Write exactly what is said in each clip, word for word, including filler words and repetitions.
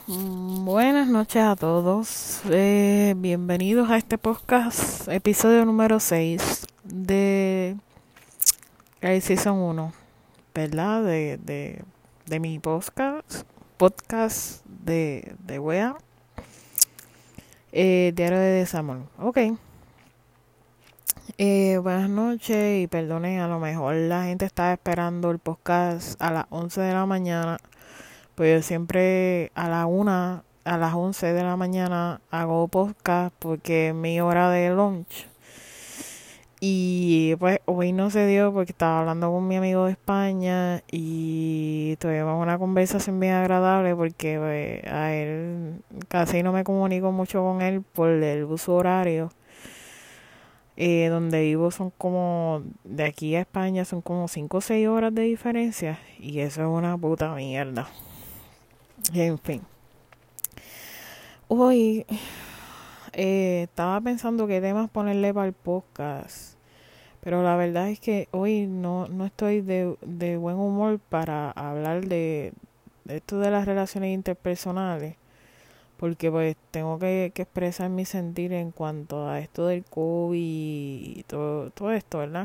Mm, Buenas noches a todos. Eh, bienvenidos a este podcast, episodio número seis de el Season uno, ¿verdad? De, de, de mi podcast, podcast de, de Wea, eh, Diario de Desamor. Ok. Eh, buenas noches y perdonen, a lo mejor la gente está esperando el podcast a las once de la mañana. Pues yo siempre a la una, a las once de la mañana hago podcast porque es mi hora de lunch. Y pues hoy no se dio porque estaba hablando con mi amigo de España y tuvimos una conversación bien agradable porque pues, a él casi no me comunico mucho con él por el uso horario. Eh, donde vivo son como, de aquí a España son como cinco o seis horas de diferencia y eso es una puta mierda. En fin. Hoy eh, estaba pensando qué temas ponerle para el podcast, pero la verdad es que hoy no, no estoy de, de buen humor para hablar de, de esto de las relaciones interpersonales, porque pues tengo que, que expresar mi sentir en cuanto a esto del COVID y todo, todo esto, ¿verdad?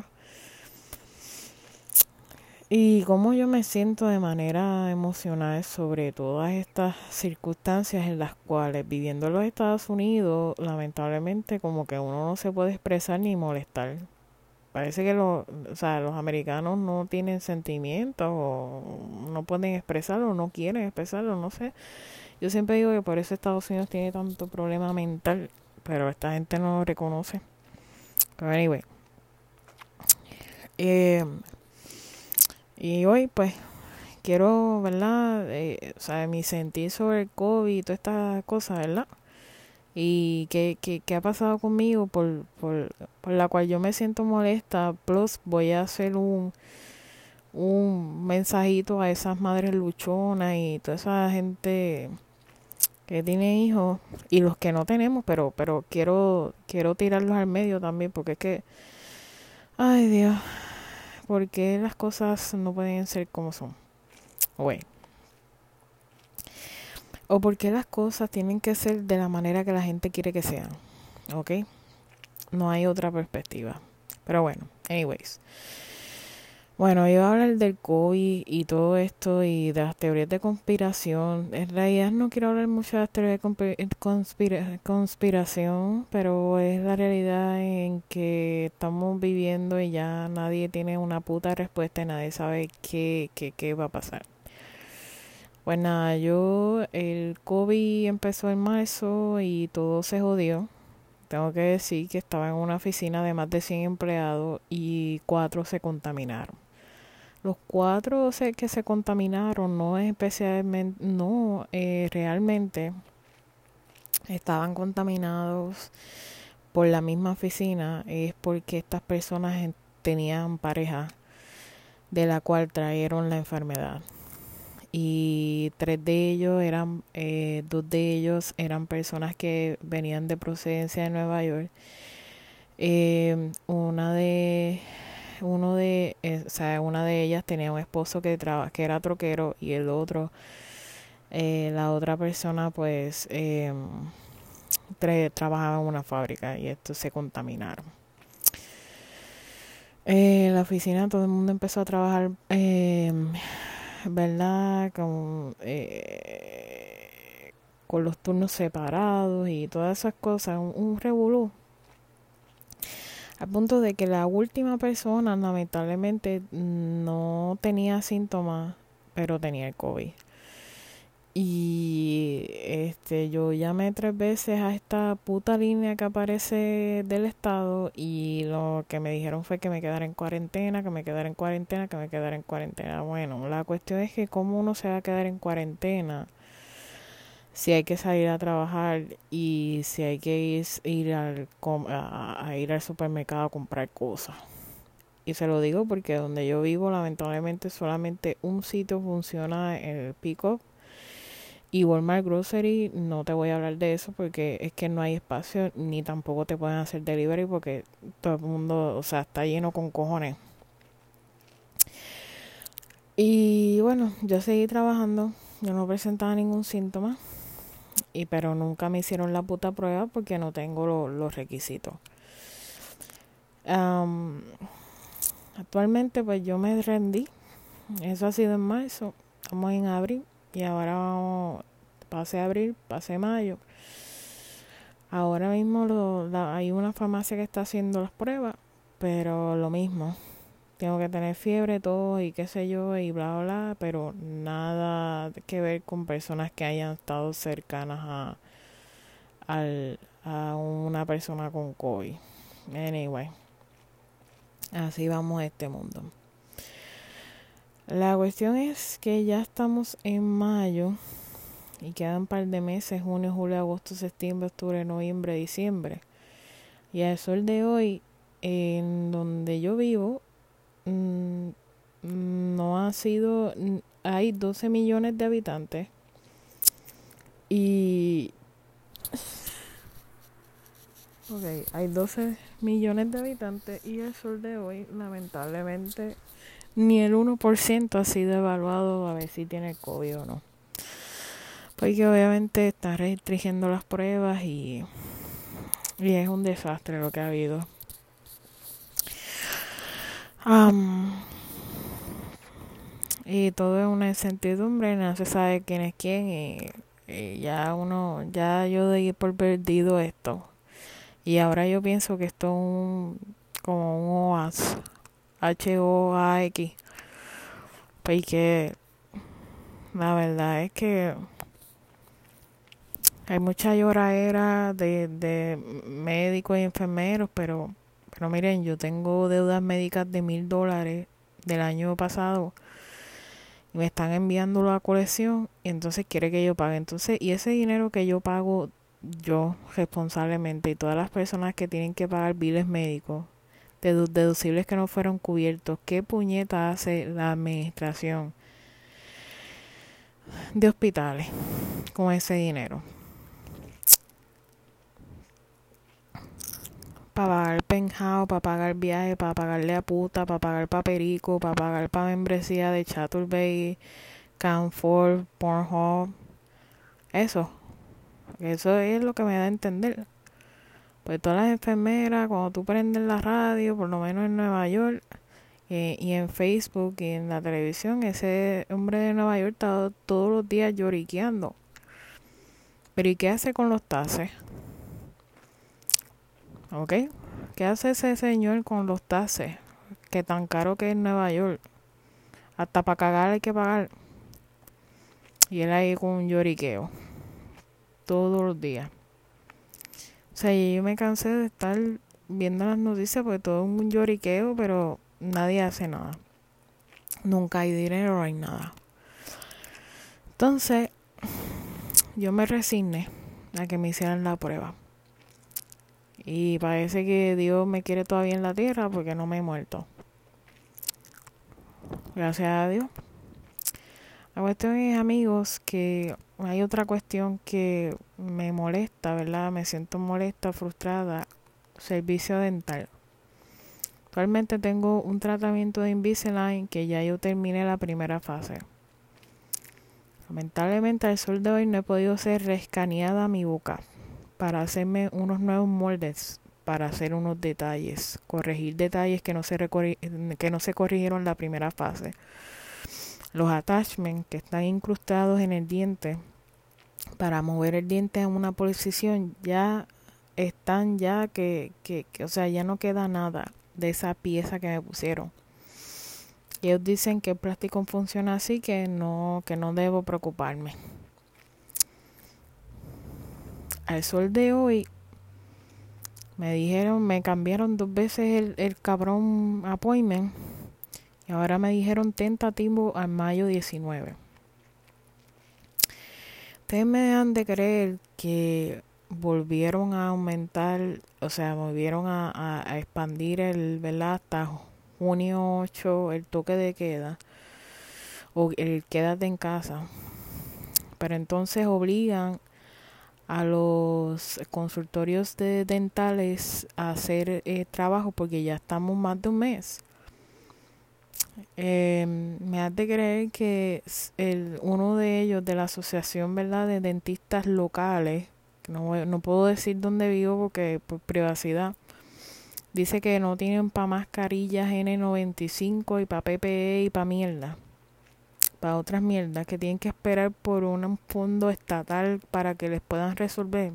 Y cómo yo me siento de manera emocional sobre todas estas circunstancias en las cuales viviendo en los Estados Unidos, lamentablemente como que uno no se puede expresar ni molestar. Parece que los, o sea, los americanos no tienen sentimientos o no pueden expresarlo, no quieren expresarlo, no sé. Yo siempre digo que por eso Estados Unidos tiene tanto problema mental, pero esta gente no lo reconoce. Pero anyway, eh, y hoy pues quiero, ¿verdad? Eh, o sea, mi sentir sobre el COVID y todas estas cosas, ¿verdad? Y qué, qué, qué ha pasado conmigo por, por, por la cual yo me siento molesta. Plus, voy a hacer un, un mensajito a esas madres luchonas y toda esa gente que tiene hijos y los que no tenemos, pero, pero quiero, quiero tirarlos al medio también porque es que, ay Dios, porque las cosas no pueden ser como son. Bueno. O porque las cosas tienen que ser de la manera que la gente quiere que sean. ¿Ok? No hay otra perspectiva. Pero bueno, anyways. Bueno, yo voy a hablar del COVID y todo esto y de las teorías de conspiración. En realidad no quiero hablar mucho de las teorías de conspira conspiración, pero es la realidad en que estamos viviendo y ya nadie tiene una puta respuesta y nadie sabe qué, qué, qué va a pasar. Pues nada, yo, el COVID empezó en marzo y todo se jodió. Tengo que decir que estaba en una oficina de más de cien empleados y cuatro se contaminaron. Los cuatro se- que se contaminaron no es especialmente, no, eh, realmente estaban contaminados por la misma oficina. Es porque estas personas en- tenían pareja de la cual trajeron la enfermedad. Y tres de ellos eran, eh, dos de ellos eran personas que venían de procedencia de Nueva York. Eh, una de, uno de, eh, o sea, una de ellas tenía un esposo que traba, que era troquero y el otro, eh, la otra persona, pues, eh, tra- trabajaba en una fábrica y estos se contaminaron. Eh, la oficina, todo el mundo empezó a trabajar, eh, ¿verdad? Con, eh, con los turnos separados y todas esas cosas, un, un revolú. Al punto de que la última persona, lamentablemente, no tenía síntomas, pero tenía el COVID. Y este, yo llamé tres veces a esta puta línea que aparece del estado y lo que me dijeron fue que me quedara en cuarentena, que me quedara en cuarentena, que me quedara en cuarentena. Bueno, la cuestión es que cómo uno se va a quedar en cuarentena si hay que salir a trabajar y si hay que ir, ir al, a, a ir al supermercado a comprar cosas. Y se lo digo porque donde yo vivo, lamentablemente, solamente un sitio funciona en el pick-up. Y Walmart Grocery, no te voy a hablar de eso porque es que no hay espacio ni tampoco te pueden hacer delivery porque todo el mundo, o sea, está lleno con cojones. Y bueno, yo seguí trabajando, yo no presentaba ningún síntoma. y pero nunca me hicieron la puta prueba porque no tengo lo, los requisitos. Um, actualmente pues yo me rendí. Eso ha sido en marzo. Estamos en abril y ahora vamos, pasé abril, pasé mayo. Ahora mismo lo, la, hay una farmacia que está haciendo las pruebas, pero lo mismo. Tengo que tener fiebre, todo y qué sé yo y bla, bla, bla, pero nada que ver con personas que hayan estado cercanas a, al, a una persona con COVID. Anyway, así vamos a este mundo. La cuestión es que ya estamos en mayo y quedan un par de meses, junio, julio, agosto, septiembre, octubre, noviembre, diciembre. Y al sol de hoy, en donde yo vivo, mmm, no ha sido, hay doce millones de habitantes y ok, hay doce millones de habitantes y el sol de hoy lamentablemente ni el uno por ciento ha sido evaluado a ver si tiene COVID o no, porque obviamente está restringiendo las pruebas y, y es un desastre lo que ha habido. Um, y todo es una incertidumbre, no se sabe quién es quién y, y ya uno, ya yo de ir por perdido esto. Y ahora yo pienso que esto es un, como un O A S, H O A X, porque la verdad es que hay mucha lloradera de, de médicos y enfermeros, pero, pero miren, yo tengo deudas médicas de mil dólares del año pasado y me están enviando la colección y entonces quiere que yo pague. Entonces, y ese dinero que yo pago yo responsablemente y todas las personas que tienen que pagar biles médicos, dedu- deducibles que no fueron cubiertos, ¿qué puñeta hace la administración de hospitales con ese dinero? Para pagar penjao, para pagar viaje, para pagarle a puta, para pagar pa' perico, para pagar pa' membresía de Chaturbay, Canfor, Pornhub. Eso, eso es lo que me da a entender. Pues todas las enfermeras, cuando tú prendes la radio, por lo menos en Nueva York, eh, y en Facebook y en la televisión, ese hombre de Nueva York está todos los días lloriqueando. Pero ¿y qué hace con los taxes? ¿Ok? ¿Qué hace ese señor con los taxes? Que tan caro que es Nueva York. Hasta para cagar hay que pagar. Y él ahí con un lloriqueo. Todos los días. O sea, yo me cansé de estar viendo las noticias porque todo es un lloriqueo, pero nadie hace nada. Nunca hay dinero, no hay nada. Entonces, yo me resigné a que me hicieran la prueba. Y parece que Dios me quiere todavía en la tierra porque no me he muerto. Gracias a Dios. La cuestión es, amigos, que hay otra cuestión que me molesta, ¿verdad? Me siento molesta, frustrada. Servicio dental. Actualmente tengo un tratamiento de Invisalign que ya yo terminé la primera fase. Lamentablemente al sol de hoy no he podido ser rescaneada mi boca para hacerme unos nuevos moldes, para hacer unos detalles, corregir detalles que no se, recorri- que no se corrigieron en la primera fase. Los attachments que están incrustados en el diente para mover el diente en una posición ya están ya que, que, que, o sea, ya no queda nada de esa pieza que me pusieron. Y ellos dicen que el plástico funciona así, que no, que no debo preocuparme. Al sol de hoy me dijeron, me cambiaron dos veces el, el cabrón appointment y ahora me dijeron tentativo al mayo diecinueve. Ustedes me dan de creer que volvieron a aumentar, o sea, volvieron a, a, a expandir el, ¿verdad? Hasta junio ocho el toque de queda o el quédate en casa, pero entonces obligan a los consultorios de dentales a hacer eh, trabajo porque ya estamos más de un mes. Eh, me has de creer que el, uno de ellos, de la asociación, ¿verdad?, de dentistas locales, que no, no puedo decir dónde vivo porque por privacidad, dice que no tienen para mascarillas N noventa y cinco y para P P E y para mierda, para otras mierdas, que tienen que esperar por un fondo estatal para que les puedan resolver.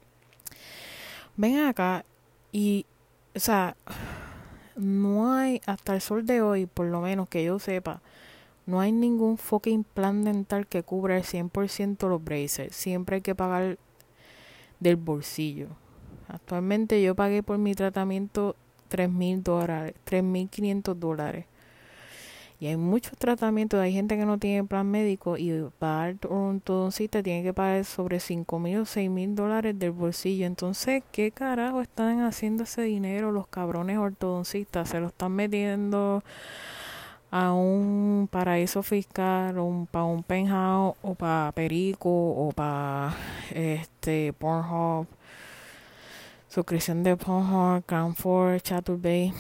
Ven acá y, o sea, no hay, hasta el sol de hoy, por lo menos que yo sepa, no hay ningún fucking plan dental que cubra el cien por ciento los braces. Siempre hay que pagar del bolsillo. Actualmente yo pagué por mi tratamiento tres mil dólares, tres mil quinientos dólares. Y hay muchos tratamientos, hay gente que no tiene plan médico y para un ortodoncista tiene que pagar sobre cinco mil o seis mil dólares del bolsillo. Entonces, ¿qué carajo están haciendo ese dinero los cabrones ortodoncistas? ¿Se lo están metiendo a un paraíso fiscal o un, para un penthouse o para Perico o para este Pornhub, suscripción de Pornhub, Cranford, Chaturbay?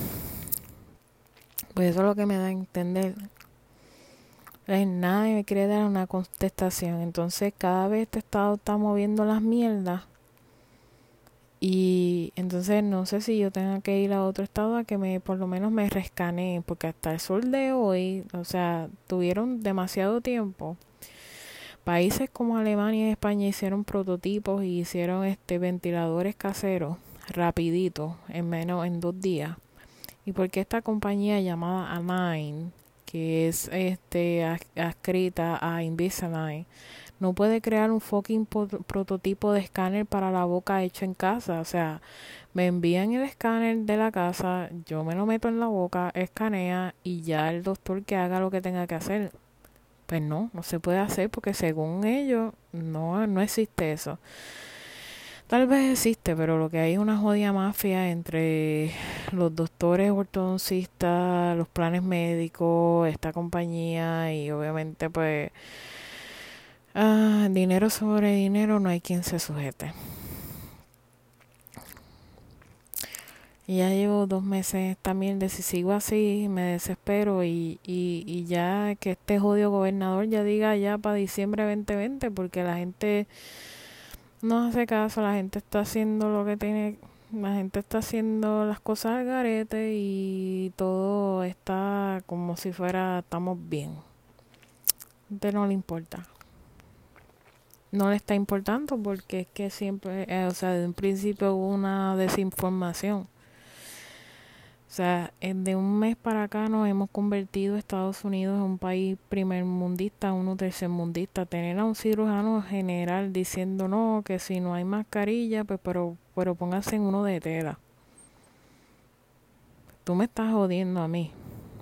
Pues eso es lo que me da a entender. Pues nadie me quiere dar una contestación. Entonces cada vez este estado está moviendo las mierdas. Y entonces no sé si yo tenga que ir a otro estado a que me por lo menos me rescaneen. Porque hasta el sol de hoy, o sea, tuvieron demasiado tiempo. Países como Alemania y España hicieron prototipos y hicieron este ventiladores caseros rapidito, en menos en dos días. Y porque esta compañía llamada Align, que es este adscrita a Invisalign, no puede crear un fucking prototipo de escáner para la boca hecho en casa? O sea, me envían el escáner de la casa, yo me lo meto en la boca, escanea y ya el doctor que haga lo que tenga que hacer. Pues no, no se puede hacer porque según ellos no, no existe eso. Tal vez existe, pero lo que hay es una jodida mafia entre los doctores ortodoncistas, los planes médicos, esta compañía y obviamente pues ah, dinero sobre dinero, no hay quien se sujete. Y ya llevo dos meses también de si sigo así me desespero y, y, y ya que este jodido gobernador ya diga ya para diciembre veinte veinte, porque la gente no hace caso, la gente está haciendo lo que tiene, la gente está haciendo las cosas al garete y todo está como si fuera estamos bien. A usted no le importa. No le está importando porque es que siempre, eh, o sea, desde un principio hubo una desinformación. O sea, de un mes para acá nos hemos convertido Estados Unidos en un país primermundista, uno tercermundista. Tener a un cirujano general diciendo no, que si no hay mascarilla, pues pero, pero póngase en uno de tela. Tú me estás jodiendo a mí.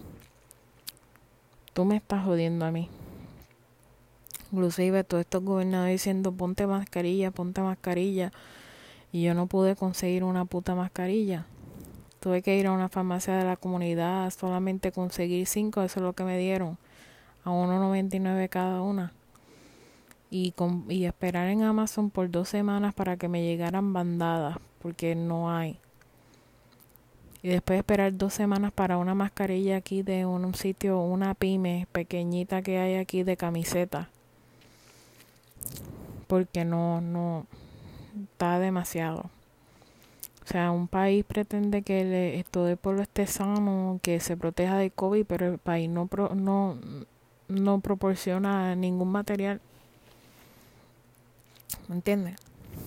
Tú me estás jodiendo a mí. Inclusive todos estos gobernadores diciendo ponte mascarilla, ponte mascarilla. Y yo no pude conseguir una puta mascarilla. Tuve que ir a una farmacia de la comunidad, solamente conseguir cinco, eso es lo que me dieron, a uno noventa y nueve cada una. Y, con, y esperar en Amazon por dos semanas para que me llegaran bandadas, porque no hay. Y después esperar dos semanas para una mascarilla aquí de un, un sitio, una pyme pequeñita que hay aquí de camiseta. Porque no, no, está demasiado. O sea, un país pretende que le, todo el pueblo esté sano, que se proteja de COVID, pero el país no, pro, no, no proporciona ningún material. ¿Me entiendes?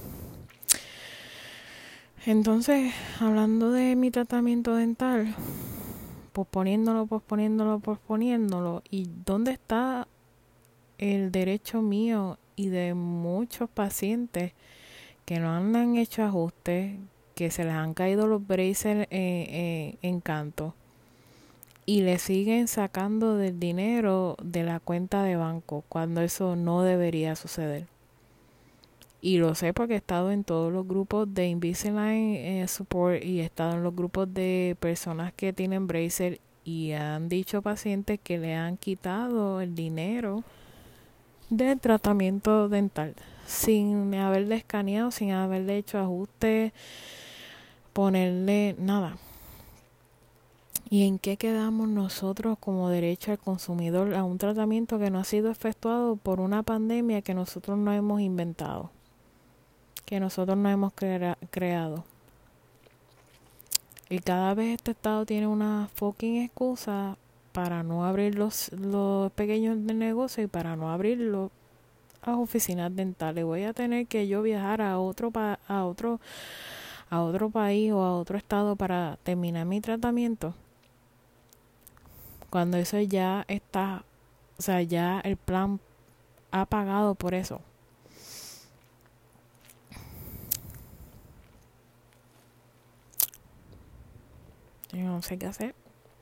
Entonces, hablando de mi tratamiento dental, posponiéndolo, posponiéndolo, posponiéndolo, ¿y dónde está el derecho mío y de muchos pacientes que no han hecho ajustes, que se les han caído los braces eh, eh, en canto y le siguen sacando del dinero de la cuenta de banco cuando eso no debería suceder? Y lo sé porque he estado en todos los grupos de Invisalign eh, Support y he estado en los grupos de personas que tienen braces y han dicho pacientes que le han quitado el dinero del tratamiento dental sin haberle escaneado, sin haberle hecho ajustes, ponerle nada. ¿Y en qué quedamos nosotros como derecho al consumidor a un tratamiento que no ha sido efectuado por una pandemia que nosotros no hemos inventado, que nosotros no hemos crea- creado? Y cada vez este estado tiene una fucking excusa para no abrir los, los pequeños de negocio y para no abrir los, las oficinas dentales. Voy a tener que yo viajar a otro pa- a otro a otro país o a otro estado para terminar mi tratamiento, cuando eso ya está, o sea, ya el plan ha pagado por eso. Yo no sé qué hacer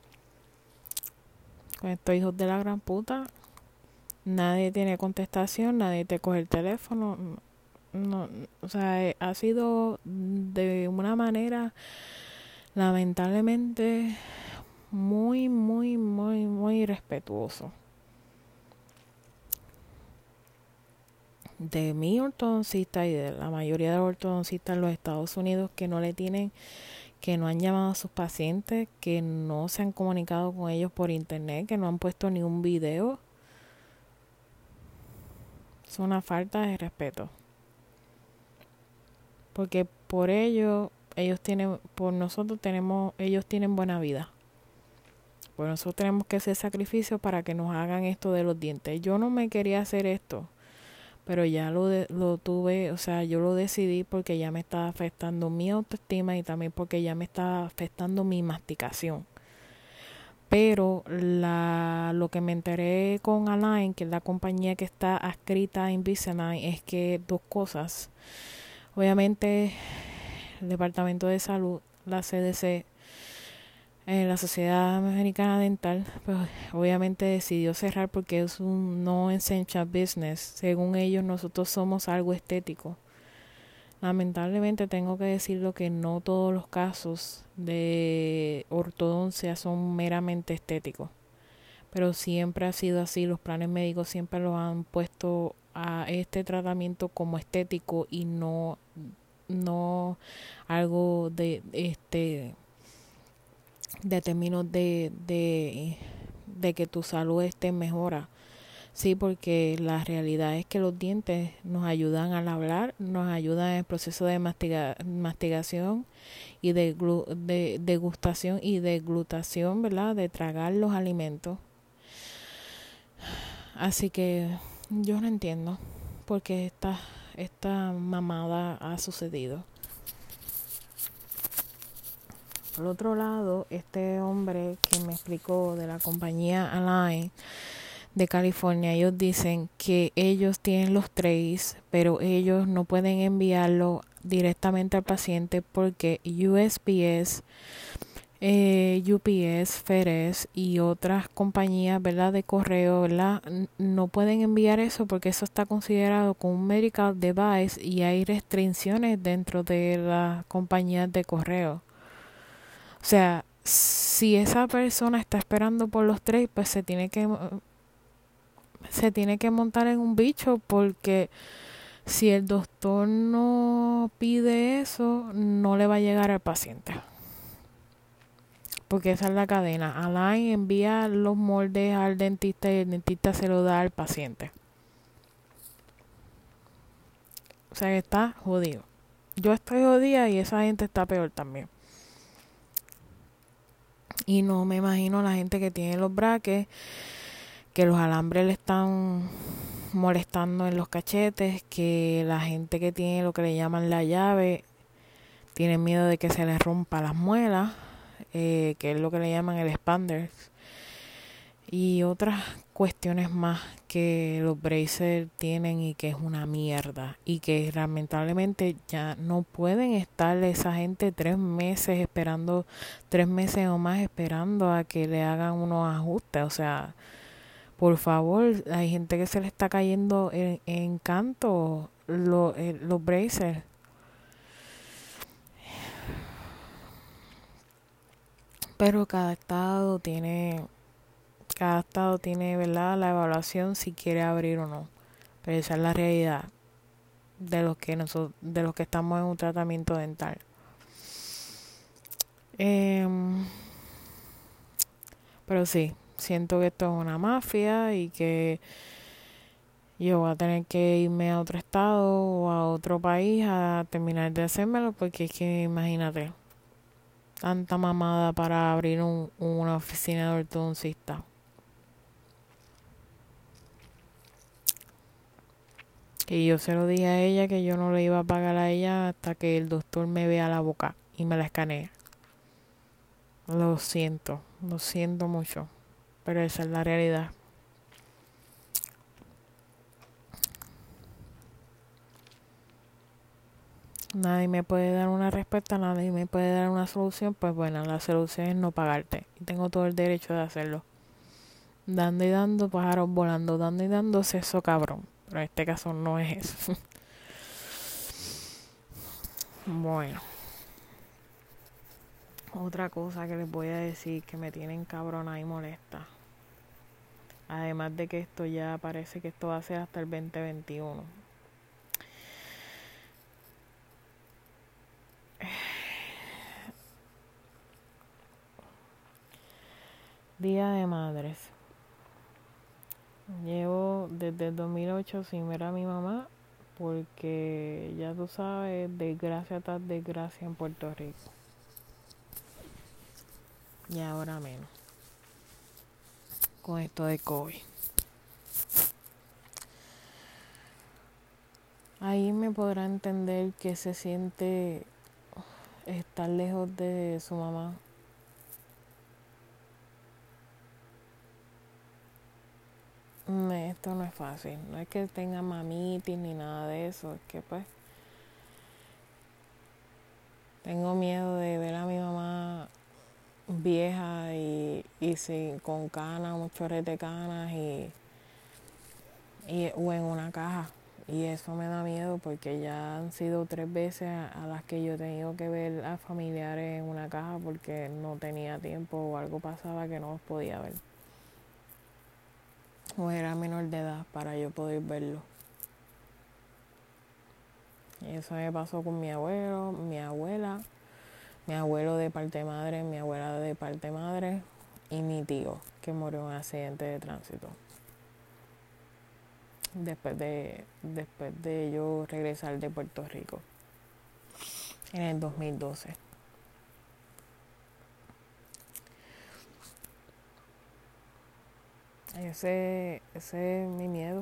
con estos hijos de la gran puta. Nadie tiene contestación, nadie te coge el teléfono. No, o sea, eh, ha sido de una manera lamentablemente muy, muy, muy, muy irrespetuoso de mi ortodoncista y de la mayoría de los ortodoncistas en los Estados Unidos, que no le tienen, que no han llamado a sus pacientes, que no se han comunicado con ellos por internet, que no han puesto ni un video. Es una falta de respeto, porque por ello ellos tienen, por nosotros tenemos, ellos tienen buena vida. Por nosotros tenemos que hacer sacrificios para que nos hagan esto de los dientes. Yo no me quería hacer esto, pero ya lo, de, lo tuve, o sea, yo lo decidí porque ya me estaba afectando mi autoestima y también porque ya me estaba afectando mi masticación. Pero la, lo que me enteré con Align, que es la compañía que está adscrita a Invisalign, es que dos cosas. Obviamente, el Departamento de Salud, la C D C, eh, la Sociedad Americana Dental, pues obviamente decidió cerrar porque es un no essential business. Según ellos, nosotros somos algo estético. Lamentablemente tengo que decirlo que no todos los casos de ortodoncia son meramente estéticos, pero siempre ha sido así. Los planes médicos siempre lo han puesto a este tratamiento como estético y no no algo de este de términos de, de de que tu salud esté mejora. Sí, porque la realidad es que los dientes nos ayudan al hablar, nos ayudan en el proceso de mastiga, mastigación y de, glu, de degustación y deglutación, ¿verdad? De tragar los alimentos. Así que yo no entiendo por qué esta, esta mamada ha sucedido. Por otro lado, este hombre que me explicó de la compañía Align de California, ellos dicen que ellos tienen los trays, pero ellos no pueden enviarlo directamente al paciente porque U S P S, eh, U P S, FedEx y otras compañías, ¿verdad?, de correo, ¿verdad?, no pueden enviar eso porque eso está considerado como un medical device y hay restricciones dentro de las compañías de correo. O sea, si esa persona está esperando por los trays, pues se tiene que se tiene que montar en un bicho, porque si el doctor no pide eso, no le va a llegar al paciente. Porque esa es la cadena. Align envía los moldes al dentista y el dentista se lo da al paciente. O sea que está jodido. Yo estoy jodida y esa gente está peor también. Y no me imagino la gente que tiene los braques, que los alambres le están molestando en los cachetes, que la gente que tiene lo que le llaman la llave tiene miedo de que se les rompa las muelas, eh, que es lo que le llaman el expander, y otras cuestiones más que los braces tienen y que es una mierda y que lamentablemente ya no pueden estar esa gente tres meses esperando, tres meses o más esperando a que le hagan unos ajustes. O sea, por favor, hay gente que se le está cayendo en, en canto lo, eh, los braces. Pero cada estado tiene, cada estado tiene, ¿verdad?, la evaluación si quiere abrir o no. Pero esa es la realidad de los que nosotros, de los que estamos en un tratamiento dental. Eh, Pero sí, siento que esto es una mafia y que yo voy a tener que irme a otro estado o a otro país a terminar de hacérmelo porque es que imagínate, tanta mamada para abrir un, una oficina de ortodoncista. Y yo se lo dije a ella que yo no le iba a pagar a ella hasta que el doctor me vea la boca y me la escanee. Lo siento, lo siento mucho, pero esa es la realidad. Nadie me puede dar una respuesta, nadie me puede dar una solución, pues bueno, la solución es no pagarte. Y tengo todo el derecho de hacerlo. Dando y dando, pájaros volando, dando y dando, sexo cabrón. Pero en este caso no es eso. Bueno, otra cosa que les voy a decir que me tienen cabrona y molesta. Además de que esto ya parece que esto va a ser hasta el veinte veintiuno. Día de Madres. Llevo desde el dos mil ocho sin ver a mi mamá porque ya tú sabes, desgracia tras desgracia en Puerto Rico. Y ahora menos. Con esto de COVID. Ahí me podrá entender que se siente estar lejos de su mamá. Esto no es fácil. No es que tenga mamitis ni nada de eso. Es que pues tengo miedo de ver a mi mamá vieja y, y sin, con canas, un chorrete de canas y, y o en una caja. Y eso me da miedo porque ya han sido tres veces a, a las que yo he tenido que ver a familiares en una caja porque no tenía tiempo o algo pasaba que no los podía ver. O era menor de edad para yo poder verlo. Y eso me pasó con mi abuelo, mi abuela, mi abuelo de parte madre, mi abuela de parte madre y mi tío que murió en un accidente de tránsito. Después de, después de yo regresar de Puerto Rico en el dos mil doce. Ese, ese es mi miedo.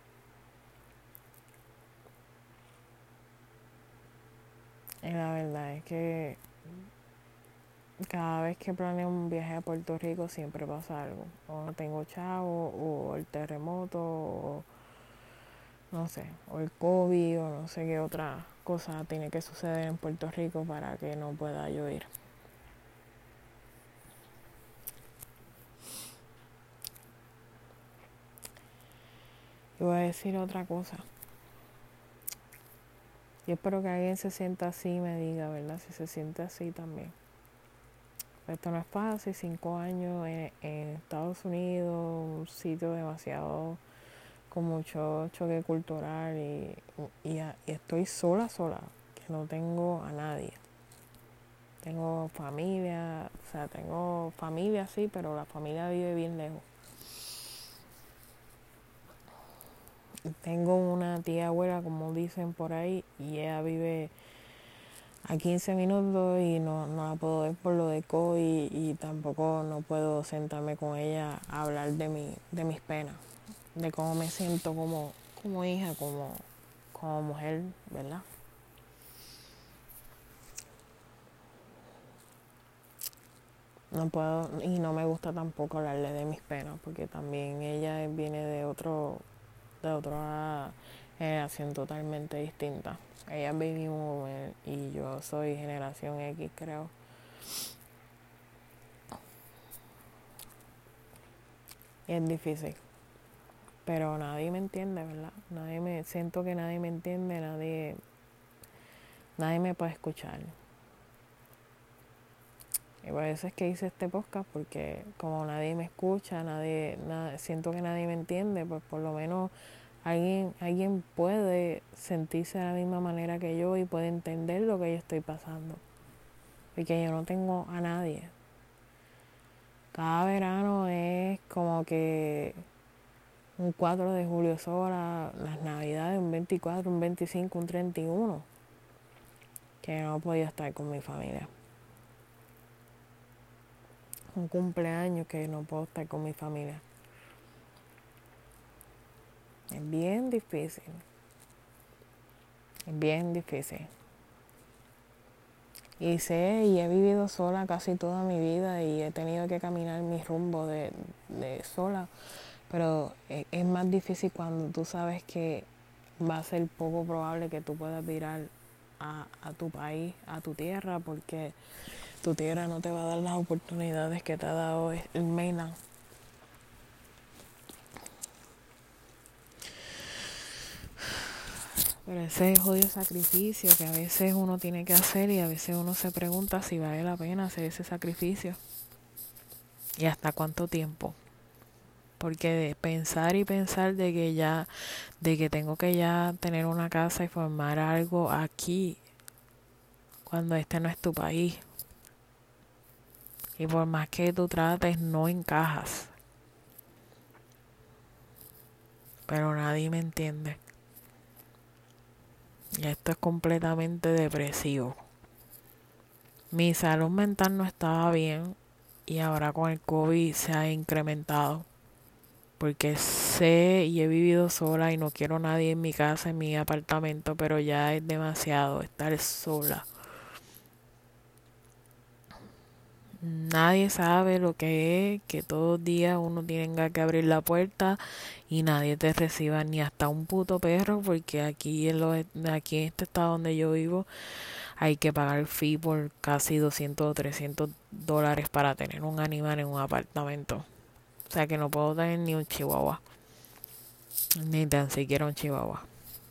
Y la verdad es que cada vez que planeo un viaje a Puerto Rico siempre pasa algo. O no tengo chavo, o el terremoto, o no sé, o el COVID, o no sé qué otra cosa tiene que suceder en Puerto Rico para que no pueda yo ir. Y voy a decir otra cosa. Yo espero que alguien se sienta así y me diga, ¿verdad? Si se siente así también. Esto no es fácil, cinco años en, en Estados Unidos, un sitio demasiado con mucho choque cultural y, y, y estoy sola, sola, que no tengo a nadie. Tengo familia, o sea, tengo familia sí, pero la familia vive bien lejos. Y tengo una tía abuela, como dicen por ahí, y ella vive a quince minutos y no, no la puedo ver por lo de COVID y tampoco no puedo sentarme con ella a hablar de mi, de mis penas, de cómo me siento como, como hija, como, como mujer, ¿verdad? No puedo, y no me gusta tampoco hablarle de mis penas, porque también ella viene de otro, de otra generación totalmente distinta. Ella es baby boomer y yo soy generación X, creo. Y es difícil. Pero nadie me entiende, ¿verdad? Nadie me, siento que nadie me entiende, nadie, nadie me puede escuchar. Y por eso es que hice este podcast, porque como nadie me escucha, nadie, nada, siento que nadie me entiende, pues por lo menos alguien, alguien puede sentirse de la misma manera que yo y puede entender lo que yo estoy pasando. Porque yo no tengo a nadie. Cada verano es como que un cuatro de julio sola, las navidades un veinticuatro, un veinticinco, un treinta y uno, que no podía estar con mi familia. Un cumpleaños que no puedo estar con mi familia. Es bien difícil. Es bien difícil. Y sé, y he vivido sola casi toda mi vida y he tenido que caminar mi rumbo de, de sola. Pero es, es más difícil cuando tú sabes que va a ser poco probable que tú puedas virar a, a tu país, a tu tierra, porque tu tierra no te va a dar las oportunidades que te ha dado el mainland. Pero ese jodido sacrificio que a veces uno tiene que hacer y a veces uno se pregunta si vale la pena hacer ese sacrificio y hasta cuánto tiempo. Porque de pensar y pensar de que ya, de que tengo que ya tener una casa y formar algo aquí, cuando este no es tu país. Y por más que tú trates, no encajas. Pero nadie me entiende. Y esto es completamente depresivo. Mi salud mental no estaba bien y ahora con el COVID se ha incrementado. Porque sé y he vivido sola y no quiero a nadie en mi casa, en mi apartamento, pero ya es demasiado estar sola. Nadie sabe lo que es que todos los días uno tenga que abrir la puerta y nadie te reciba ni hasta un puto perro, porque aquí en, los, aquí en este estado donde yo vivo hay que pagar fee por casi doscientos o trescientos dólares para tener un animal en un apartamento. O sea que no puedo tener ni un chihuahua, ni tan siquiera un chihuahua.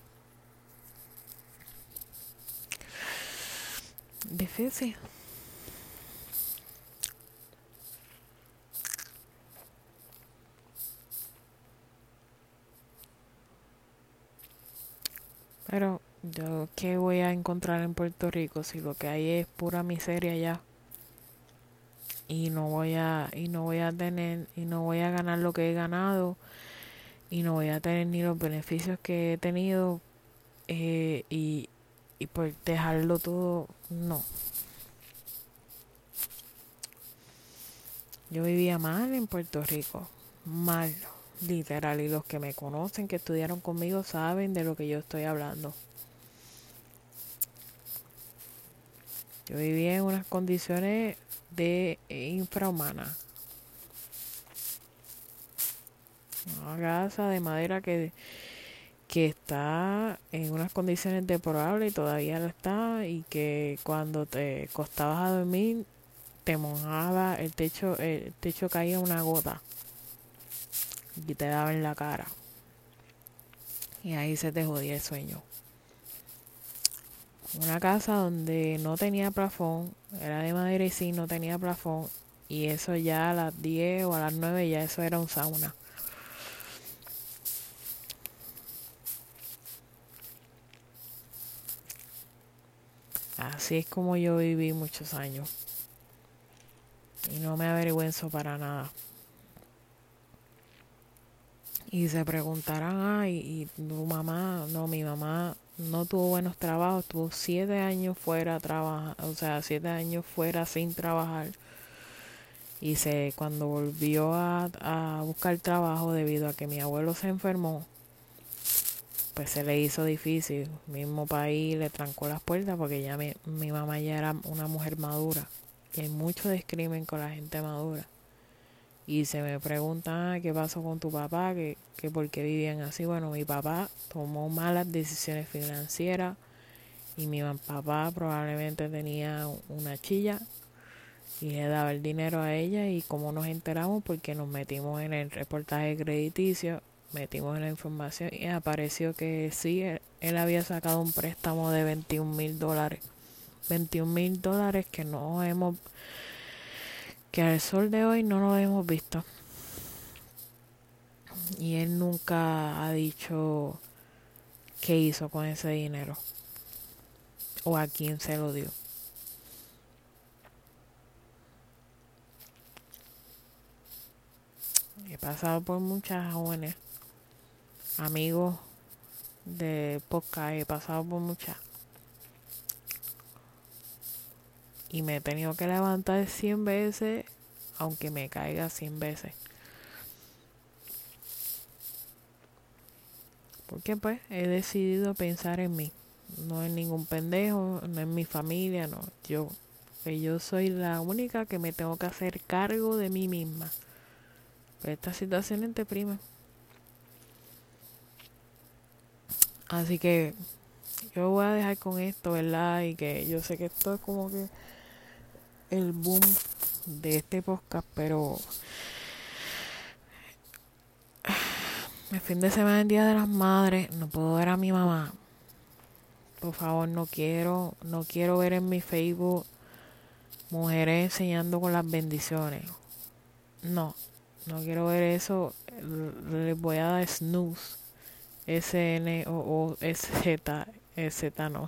Difícil. Pero yo qué voy a encontrar en Puerto Rico si lo que hay es pura miseria ya. Y no voy a y no voy a tener y no voy a ganar lo que he ganado y no voy a tener ni los beneficios que he tenido, eh, y y por dejarlo todo, no. Yo vivía mal en Puerto Rico, mal, literal, y los que me conocen, que estudiaron conmigo, saben de lo que yo estoy hablando. Yo vivía en unas condiciones de infrahumana. Una casa de madera que, que está en unas condiciones deplorables y todavía lo está, y que cuando te acostabas a dormir te mojaba el techo, el techo caía una gota y te daba en la cara. Y ahí se te jodía el sueño. Una casa donde no tenía plafón, era de madera y sí, no tenía plafón. Y eso ya a las diez o a las nueve ya eso era un sauna. Así es como yo viví muchos años. Y no me avergüenzo para nada. Y se preguntarán, ay, ¿y tu mamá? No, mi mamá no tuvo buenos trabajos, tuvo siete años fuera trabajar, o sea, siete años fuera sin trabajar. Y se, cuando volvió a, a buscar trabajo debido a que mi abuelo se enfermó, pues se le hizo difícil. Mismo país le trancó las puertas porque ya mi, mi mamá ya era una mujer madura. Y hay mucho discrimen con la gente madura. Y se me preguntan, ah, ¿qué pasó con tu papá? ¿Que, que por qué vivían así? Bueno, mi papá tomó malas decisiones financieras y mi papá probablemente tenía una chilla y le daba el dinero a ella, y como nos enteramos porque nos metimos en el reportaje crediticio, metimos en la información y apareció que sí, él, él había sacado un préstamo de veintiún mil dólares. veintiún mil dólares que no hemos, que al sol de hoy no lo hemos visto. Y él nunca ha dicho qué hizo con ese dinero o a quién se lo dio. He pasado por muchas jóvenes, amigos de podcast, he pasado por muchas. Y me he tenido que levantar cien veces, aunque me caiga cien veces. Porque pues he decidido pensar en mí. No en ningún pendejo, no en mi familia, no. Yo, que yo soy la única que me tengo que hacer cargo de mí misma. Pero esta situación te prima. Así que yo voy a dejar con esto, ¿verdad? Y que yo sé que esto es como que el boom de este podcast, pero el fin de semana, el Día de las Madres, no puedo ver a mi mamá. Por favor, no quiero, no quiero ver en mi Facebook mujeres enseñando con las bendiciones. No, no quiero ver eso. Les voy a dar snooze. S N O O S Z. Z no.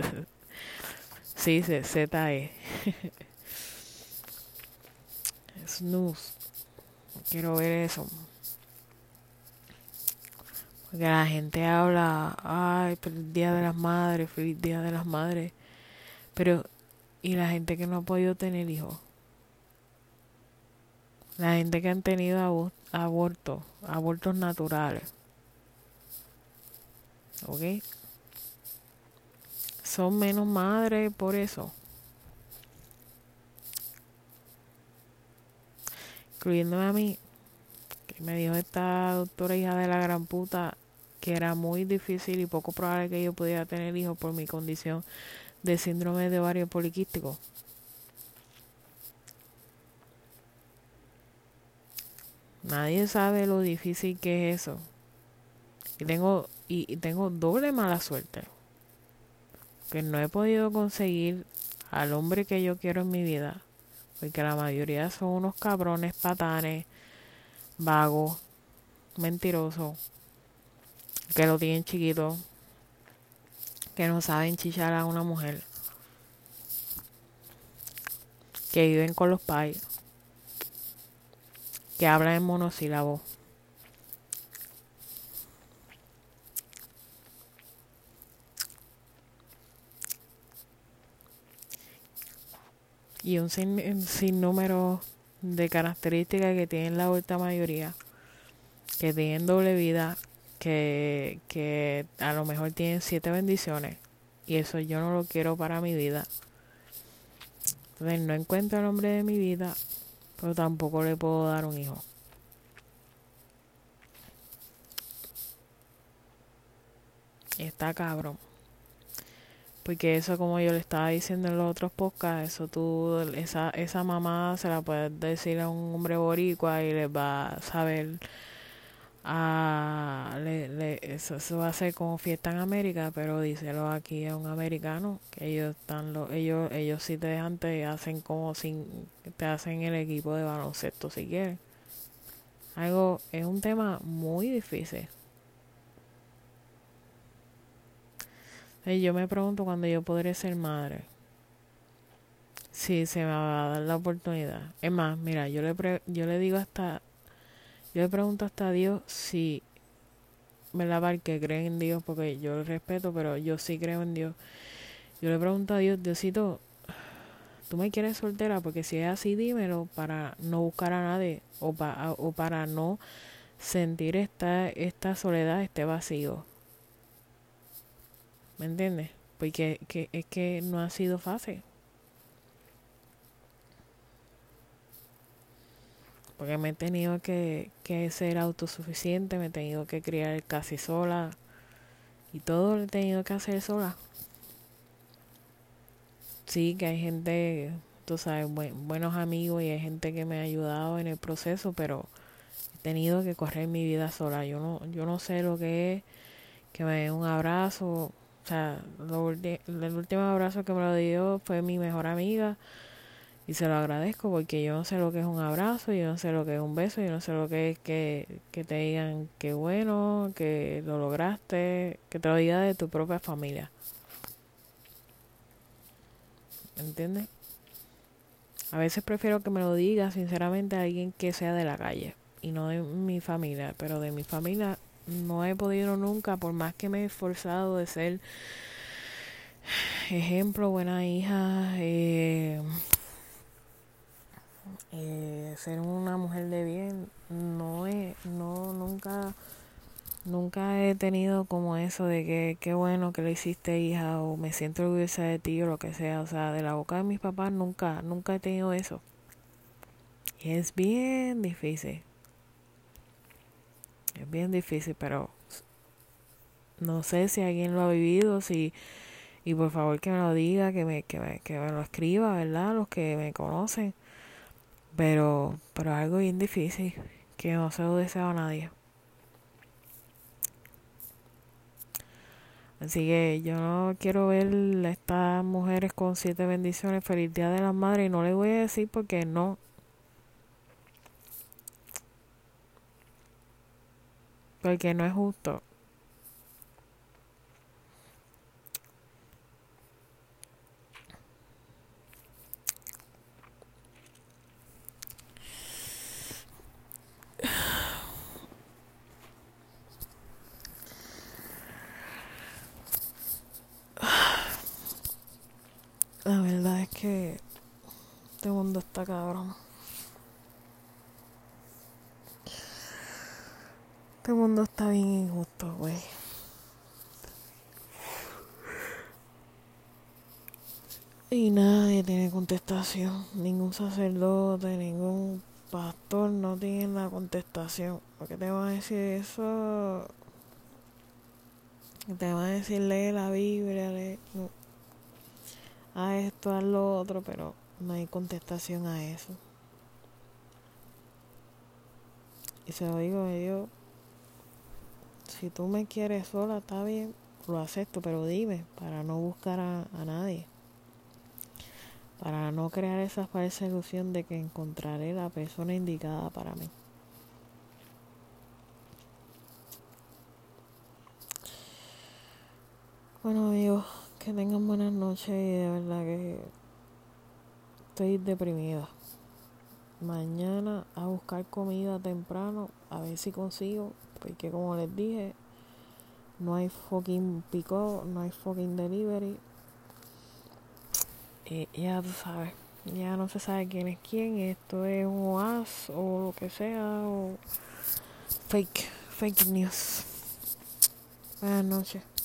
Sí, Z E. Snooze. No quiero ver eso. Porque la gente habla, ay, feliz Día de las Madres, feliz Día de las Madres. Pero, ¿y la gente que no ha podido tener hijos? La gente que han tenido abo- abortos, abortos naturales. ¿Ok? Son menos madres por eso. Incluyéndome a mí, que me dijo esta doctora hija de la gran puta que era muy difícil y poco probable que yo pudiera tener hijos por mi condición de síndrome de ovario poliquístico. Nadie sabe lo difícil que es eso. Y tengo, y, y tengo doble mala suerte. Que no he podido conseguir al hombre que yo quiero en mi vida. Porque la mayoría son unos cabrones, patanes, vagos, mentirosos, que lo tienen chiquito, que no saben chichar a una mujer, que viven con los pais, que hablan en monosílabos. Y un sin, un sinnúmero de características que tienen la alta mayoría, que tienen doble vida, que, que a lo mejor tienen siete bendiciones. Y eso yo no lo quiero para mi vida. Entonces no encuentro el hombre de mi vida, pero tampoco le puedo dar un hijo. Está cabrón. Porque eso, como yo le estaba diciendo en los otros podcasts, eso tú, esa, esa mamá se la puedes decir a un hombre boricua y les va a saber. A, le, le, eso, eso va a ser como fiesta en América, pero díselo aquí a un americano, que ellos están, lo, ellos, ellos sí te dejan, te hacen como sin, te hacen el equipo de baloncesto si quieren. Algo, es un tema muy difícil. Y yo me pregunto cuando yo podré ser madre, si se me va a dar la oportunidad. Es más, mira, yo le pre yo le digo hasta, yo le pregunto hasta a Dios si me la va que creen en Dios, porque yo lo respeto, pero yo sí creo en Dios. Yo le pregunto a Dios, Diosito, tú me quieres soltera, porque si es así, dímelo para no buscar a nadie o, pa o para no sentir esta, esta soledad, este vacío. ¿Me entiendes? Porque que, es que no ha sido fácil. Porque me he tenido que, que ser autosuficiente, me he tenido que criar casi sola. Y todo lo he tenido que hacer sola. Sí, que hay gente, tú sabes, buen, buenos amigos y hay gente que me ha ayudado en el proceso, pero he tenido que correr mi vida sola. Yo no, yo no sé lo que es que me dé un abrazo. O sea, lo, el último abrazo que me lo dio fue mi mejor amiga. Y se lo agradezco porque yo no sé lo que es un abrazo, yo no sé lo que es un beso, yo no sé lo que es que, que te digan que bueno, que lo lograste, que te lo diga de tu propia familia. ¿Me entiendes? A veces prefiero que me lo diga sinceramente a alguien que sea de la calle. y no de mi familia, pero de mi familia no he podido nunca, por más que me he esforzado de ser ejemplo, buena hija, eh, eh, ser una mujer de bien, no he, no, nunca, nunca he tenido como eso de que qué bueno que le hiciste, hija, o me siento orgullosa de ti o lo que sea. O sea, de la boca de mis papás nunca, nunca he tenido eso. Y es bien difícil, es bien difícil, pero no sé si alguien lo ha vivido, si, y por favor que me lo diga, que me, que me, que me lo escriba, ¿verdad? Los que me conocen. Pero, pero algo bien difícil, que no se lo deseo a nadie. Así que yo no quiero ver a estas mujeres con siete bendiciones, feliz día de las madres, y no les voy a decir porque no, porque no es justo. La verdad es que este mundo está cabrón. Este mundo está bien injusto, güey. Y nadie tiene contestación. Ningún sacerdote, ningún pastor no tiene la contestación. ¿Por qué te van a decir eso? Te van a decir lee la Biblia, lee, no, haz esto, haz lo otro, pero no hay contestación a eso. Y se lo digo yo, si tú me quieres sola, está bien, lo acepto, pero dime, para no buscar a, a nadie. Para no crear esa falsa ilusión de que encontraré la persona indicada para mí. Bueno, amigos, que tengan buenas noches y de verdad que estoy deprimida. Mañana a buscar comida temprano, a ver si consigo, porque como les dije, no hay fucking pick-up, no hay fucking delivery. Y ya tú sabes, ya no se sabe quién es quién, esto es un oas o lo que sea, o fake, fake news. Buenas noches.